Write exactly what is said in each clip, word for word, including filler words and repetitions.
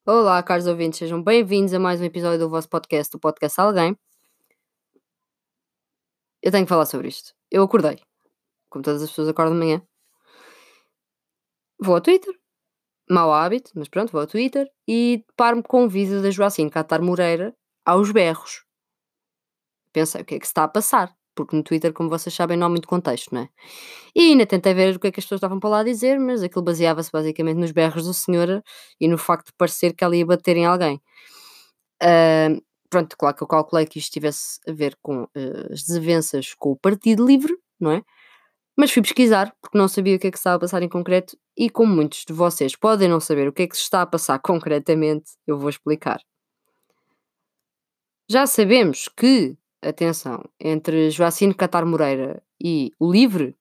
Olá, caros ouvintes, sejam bem-vindos a mais um episódio do vosso podcast, o Podcast Alguém. Eu tenho que falar sobre isto. Eu acordei, como todas as pessoas acordam de manhã. Vou ao Twitter, mau hábito, mas pronto, vou ao Twitter e deparo-me com um vídeo da Joacine Catar Moreira aos berros. Pensei, o que é que se está a passar? Porque no Twitter, como vocês sabem, não há muito contexto, não é? E ainda tentei ver o que é que as pessoas estavam para lá a dizer, mas aquilo baseava-se basicamente nos berros do senhor e no facto de parecer que ela ia bater em alguém. Ah, pronto, claro que eu calculei que isto tivesse a ver com eh, as desavenças com o Partido Livre, não é? Mas fui pesquisar, porque não sabia o que é que se estava a passar em concreto, e como muitos de vocês podem não saber o que é que se está a passar concretamente, eu vou explicar. Já sabemos que, atenção, entre Joacine Catar Moreira e o Livre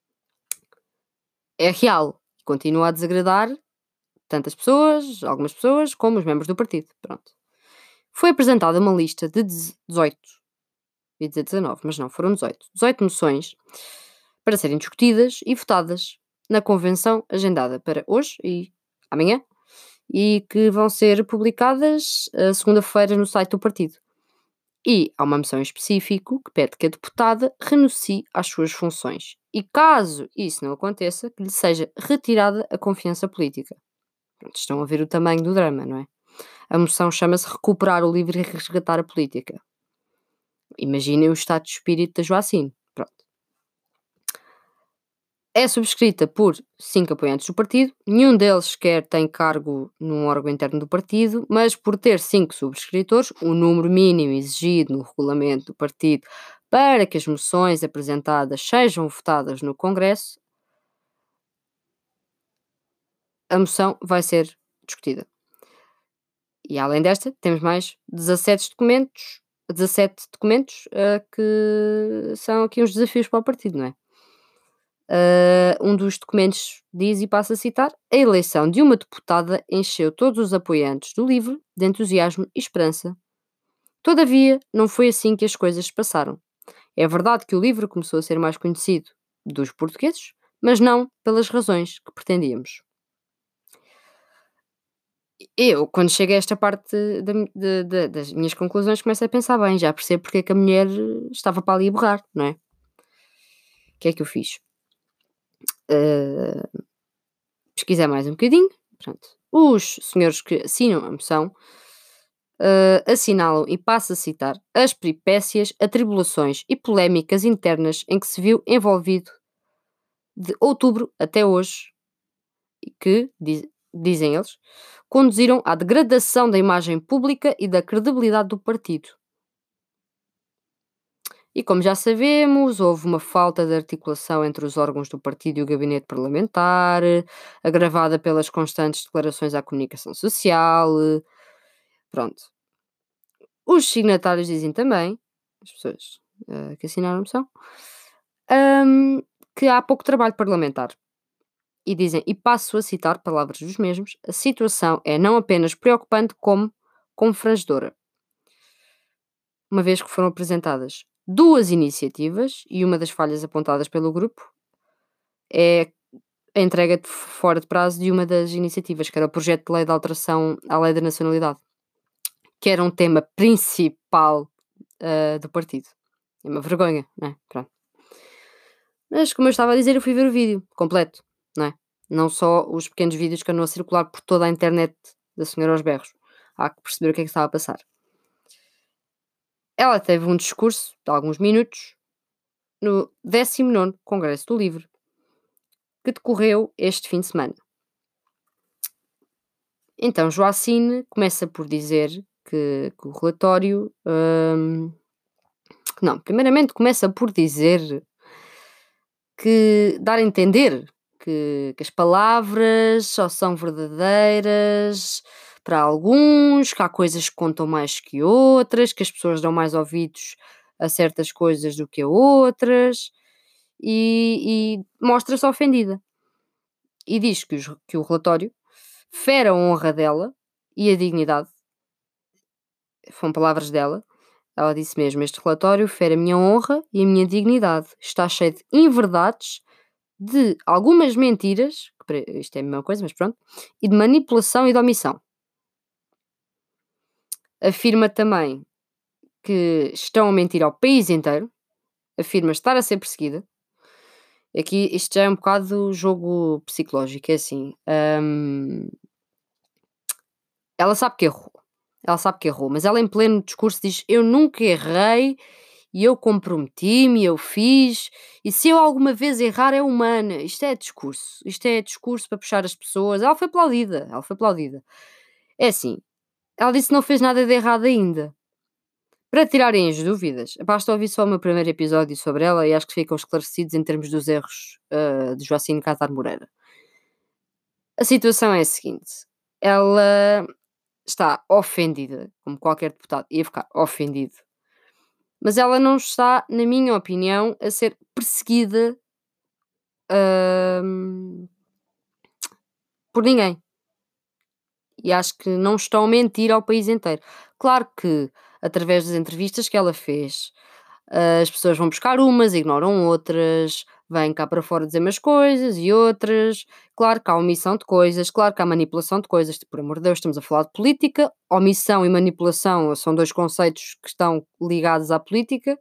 é real, continua a desagradar tantas pessoas, algumas pessoas, como os membros do partido. Pronto. Foi apresentada uma lista de dezoito, ia dizer dezanove, mas não, foram dezoito. dezoito moções para serem discutidas e votadas na convenção agendada para hoje e amanhã e que vão ser publicadas a segunda-feira no site do partido. E há uma moção em específico que pede que a deputada renuncie às suas funções e, caso isso não aconteça, que lhe seja retirada a confiança política. Pronto, estão a ver o tamanho do drama, não é? A moção chama-se Recuperar o Livre e Resgatar a Política. Imaginem o estado de espírito da Joacine. Pronto. É subscrita por cinco apoiantes do partido, nenhum deles sequer tem cargo num órgão interno do partido, mas por ter cinco subscritores, o número mínimo exigido no regulamento do partido para que as moções apresentadas sejam votadas no Congresso, a moção vai ser discutida. E além desta, temos mais dezassete documentos, dezassete documentos uh, que são aqui uns desafios para o partido, não é? Uh, um dos documentos diz, e passo a citar, a eleição de uma deputada encheu todos os apoiantes do LIVRE de entusiasmo e esperança. Todavia, não foi assim que as coisas se passaram. É verdade que o LIVRE começou a ser mais conhecido dos portugueses, mas não pelas razões que pretendíamos. Eu, quando chego a esta parte da de- de- das minhas conclusões, começo a pensar bem, já percebo porque é que a mulher estava para ali a berrar, não é? O que é que eu fiz? Uh, pesquisei mais um bocadinho. Pronto. Os senhores que assinam a moção uh, assinalam, e passo a citar, as peripécias, atribulações e polémicas internas em que se viu envolvido de outubro até hoje e que, diz- dizem eles, conduziram à degradação da imagem pública e da credibilidade do partido. E como já sabemos, houve uma falta de articulação entre os órgãos do partido e o gabinete parlamentar, agravada pelas constantes declarações à comunicação social. Pronto. Os signatários dizem também, as pessoas eh, que assinaram a moção, hum, que há pouco trabalho parlamentar. E dizem, e passo a citar palavras dos mesmos, a situação é não apenas preocupante como confrangedora, uma vez que foram apresentadas duas iniciativas e uma das falhas apontadas pelo grupo é a entrega de fora de prazo de uma das iniciativas, que era o projeto de lei de alteração à lei da nacionalidade, que era um tema principal uh, do partido. É uma vergonha, não é? Pronto. Mas, como eu estava a dizer, eu fui ver o vídeo completo, não é? Não só os pequenos vídeos que andam a circular por toda a internet da senhora aos berros. Há que perceber o que é que estava a passar. Ela teve um discurso de alguns minutos no décimo nono Congresso do Livre, que decorreu este fim de semana. Então, Joacine começa por dizer que, que o relatório. hum, não, primeiramente começa por dizer que dar a entender que, que as palavras só são verdadeiras para alguns, que há coisas que contam mais que outras, que as pessoas dão mais ouvidos a certas coisas do que a outras, e, e mostra-se ofendida. E diz que, os- que o relatório fere a honra dela e a dignidade. Foram palavras dela. Ela disse mesmo: Este relatório fere a minha honra e a minha dignidade. Está cheio de inverdades, de algumas mentiras, que para- isto é a mesma coisa, mas pronto, e de manipulação e de omissão. Afirma também que estão a mentir ao país inteiro, afirma estar a ser perseguida. Aqui isto já é um bocado jogo psicológico, é assim, hum, ela sabe que errou, ela sabe que errou, mas ela em pleno discurso diz: "Eu nunca errei e eu comprometi-me, eu fiz, e se eu alguma vez errar é humana". Isto é discurso, isto é discurso para puxar as pessoas. Ela foi aplaudida, ela foi aplaudida. É assim, ela disse que não fez nada de errado ainda. Para tirarem as dúvidas, basta ouvir só o meu primeiro episódio sobre ela e acho que ficam esclarecidos em termos dos erros, hã, de Joacine Catar Moreira. A situação é a seguinte: ela está ofendida, como qualquer deputado ia ficar ofendido, mas ela não está, na minha opinião, a ser perseguida, hum, por ninguém. E acho que não estão a mentir ao país inteiro. Claro que, através das entrevistas que ela fez, as pessoas vão buscar umas, ignoram outras, vêm cá para fora dizer umas coisas e outras. Claro que há omissão de coisas, claro que há manipulação de coisas. Por amor de Deus, estamos a falar de política. Omissão e manipulação são dois conceitos que estão ligados à política.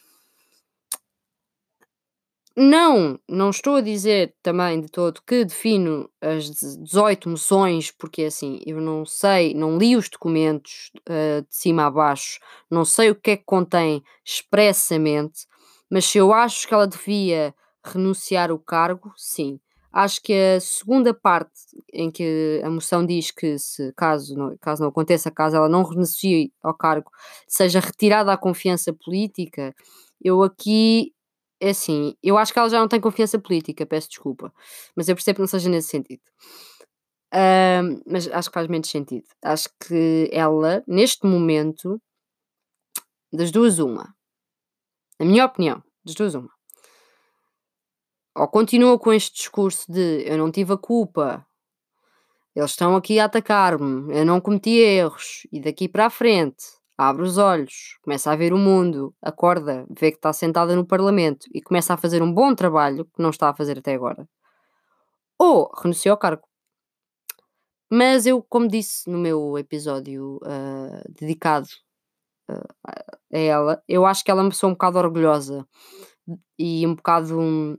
Não, não estou a dizer também de todo que defino as deze dezoito moções, porque é assim, eu não sei, não li os documentos, hã, de cima a baixo, não sei o que é que contém expressamente, mas se eu acho que ela devia renunciar o cargo, sim. Acho que a segunda parte em que a moção diz que se caso não caso não aconteça, caso ela não renuncie ao cargo, seja retirada a confiança política, eu aqui é assim, eu acho que ela já não tem confiança política, peço desculpa, mas eu percebo que não seja nesse sentido. Hã, mas acho que faz menos sentido. Acho que ela, neste momento, das duas uma, na minha opinião, das duas uma, ou continua com este discurso de: "Eu não tive a culpa, eles estão aqui a atacar-me, eu não cometi erros", e daqui para a frente abre os olhos, começa a ver o mundo, acorda, vê que está sentada no parlamento e começa a fazer um bom trabalho, que não está a fazer até agora, ou renuncia ao cargo. Mas eu, como disse no meu episódio, hã, dedicado, hã, a ela, eu acho que ela é uma pessoa um bocado orgulhosa e um bocado hum,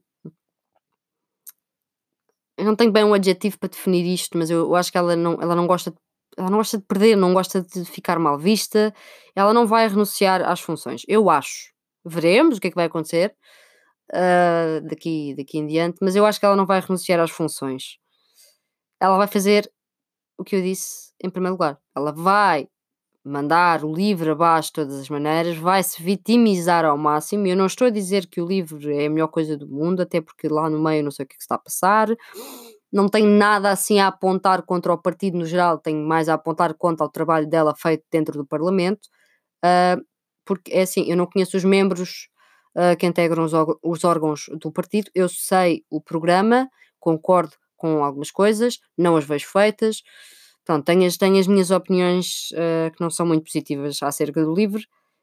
eu não tenho bem um adjetivo para definir isto, mas eu eu acho que ela não ela não gosta de ela não gosta de perder, não gosta de ficar mal vista, ela não vai renunciar às funções, eu acho. Veremos o que é que vai acontecer, hã, daqui daqui em diante, mas eu acho que ela não vai renunciar às funções. Ela vai fazer o que eu disse em primeiro lugar, ela vai mandar o livro abaixo de todas as maneiras, vai se vitimizar ao máximo. Eu não estou a dizer que o livro é a melhor coisa do mundo, até porque lá no meio eu não sei o que é que se está a passar. Não tenho nada assim a apontar contra o partido no geral, tenho mais a apontar contra o trabalho dela feito dentro do Parlamento, ah, porque é assim, eu não conheço os membros, ah, que integram os, órg- os órgãos do partido, eu sei o programa, concordo com algumas coisas, não as vejo feitas. Pronto, tenho as, tenho as minhas opiniões, ah, que não são muito positivas acerca do livro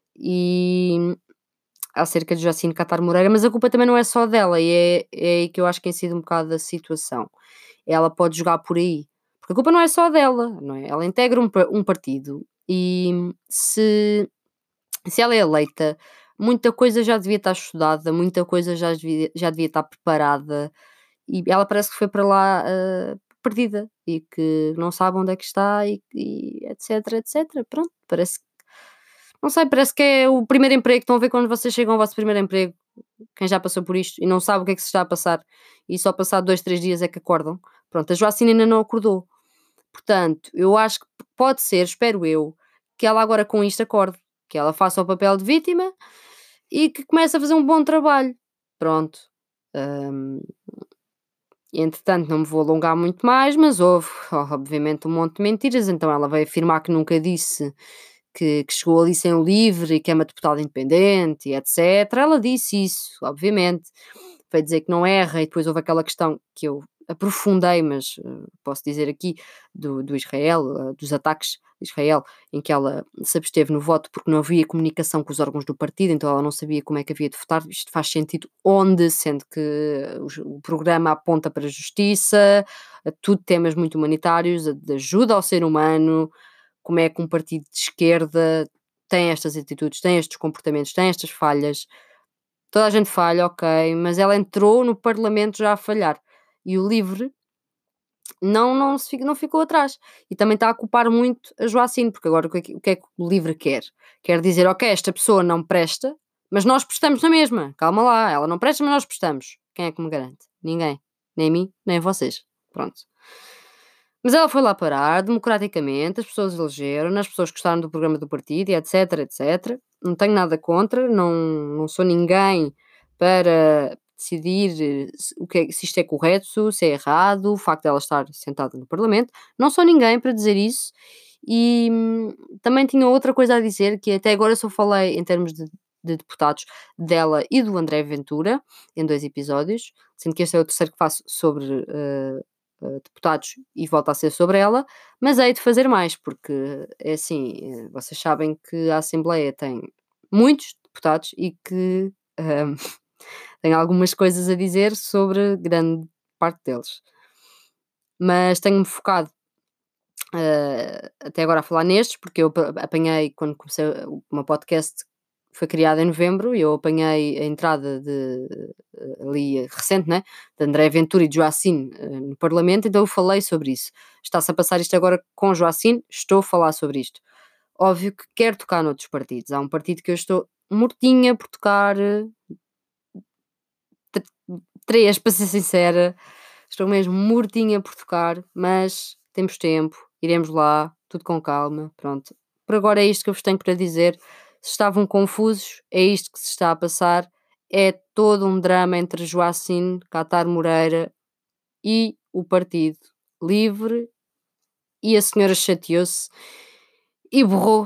e acerca de Jacine Catar Moreira, mas a culpa também não é só dela, e é, é aí que eu acho que tem sido um bocado a situação. Ela pode jogar por aí, porque a culpa não é só dela, não é? Ela integra um, pa- um partido e se se ela é eleita, muita coisa já devia estar estudada, muita coisa já devia, já devia estar preparada e ela parece que foi para lá ah, perdida e que não sabe onde é que está e, e etc, etc. Pronto, parece que não sei, parece que é o primeiro emprego. Estão a ver quando vocês chegam ao vosso primeiro emprego, quem já passou por isto e não sabe o que é que se está a passar e só passado dois, três dias é que acordam. Pronto, a Joacine ainda não acordou. Portanto, eu acho que pode ser, espero eu, que ela agora com isto acorde, que ela faça o papel de vítima e que comece a fazer um bom trabalho. Pronto. Hum, entretanto, não me vou alongar muito mais, mas houve, obviamente, um monte de mentiras. Então, ela veio afirmar que nunca disse que, que chegou ali sem o livre e que é uma deputada independente e etcétera. Ela disse isso, obviamente. Veio dizer que não erra e depois houve aquela questão que eu aprofundei, mas eh, posso dizer aqui, do, do Israel, eh, dos ataques de Israel, em que ela se absteve no voto porque não havia comunicação com os órgãos do partido, então ela não sabia como é que havia de votar. Isto faz sentido onde, sendo que os- o programa aponta para a justiça, a tudo temas muito humanitários, a- de ajuda ao ser humano, como é que um partido de esquerda tem estas atitudes, tem estes comportamentos, tem estas falhas. Toda a gente falha, ok, mas ela entrou no parlamento já a falhar. E o LIVRE não não se fi não ficou atrás. E também está a culpar muito a Joacine, porque agora o que é que o que é que o LIVRE quer? Quer dizer: "Ok, esta pessoa não presta, mas nós prestamos na mesma. Calma lá, ela não presta, mas nós prestamos". Quem é que me garante? Ninguém. Nem a mim, nem a vocês. Pronto. Mas ela foi lá parar, democraticamente, as pessoas elegeram-na, as pessoas gostaram do programa do partido e etc, etcétera. Não tenho nada contra, não não sou ninguém para decidir eh, se o que é se isto é correto, se é errado, o facto dela estar sentada no parlamento. Não sou ninguém para dizer isso. E, hum, também tinha outra coisa a dizer, que até agora só falei em termos de de deputados dela e do André Ventura, em dois episódios, sendo que este é o terceiro que faço sobre, eh eh, deputados e volta a ser sobre ela, mas hei de fazer mais, porque é assim, eh, vocês sabem que a Assembleia tem muitos deputados e que hum, tem algumas coisas a dizer sobre grande parte deles. Mas tenho-me focado eh, até agora a falar nestes, porque eu apa- apanhei quando comecei o o meu podcast foi criado em novembro e eu apanhei a entrada de eh, ali eh, recente, né? De André Ventura e de Joacine eh, no Parlamento, então eu falei sobre isso. Está-se a passar isto agora com Joacine, estou a falar sobre isto. Óbvio que quero tocar noutros partidos. Há um partido que eu estou mortinha por tocar, eh, três, para ser sincera. Estou mesmo mortinha por tocar, mas temos tempo, iremos lá, tudo com calma, pronto. Por agora é isto que eu vos tenho para dizer. Se estavam confusos, é isto que se está a passar. É todo um drama entre Joacine Catar Moreira e o Partido Livre, e a senhora chateou-se e berrou,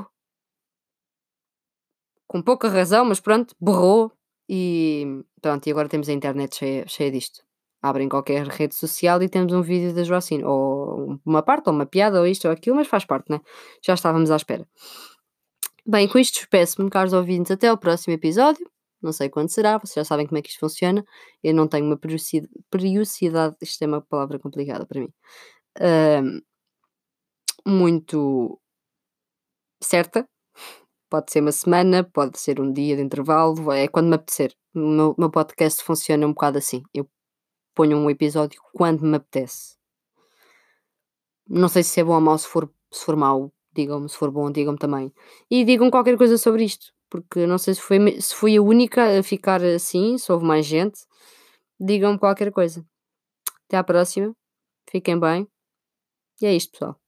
com pouca razão, mas pronto, berrou e pronto, e agora temos a internet cheia, cheia disto. Abrem qualquer rede social e temos um vídeo da Joacine, ou um- uma parte, ou uma piada, ou isto ou aquilo, mas faz parte, né? Já estávamos à espera. Bem, com isto despeço-me, caros ouvintes, até ao próximo episódio. Não sei quando será, vocês já sabem como é que isto funciona. Eu não tenho uma periodici- periodicidade, isto é uma palavra complicada para mim, ahm, muito certa. Pode ser uma semana, pode ser um dia de intervalo, é quando me apetecer. O meu, meu podcast funciona um bocado assim. Eu ponho um episódio quando me apetece. Não sei se é bom ou mau, se for, se for mau, digam-me, se for bom, digam-me também. E digam qualquer coisa sobre isto, porque não sei se, foi, me- se fui a única a ficar assim, se houve mais gente. Digam-me qualquer coisa. Até à próxima, fiquem bem, e é isto, pessoal.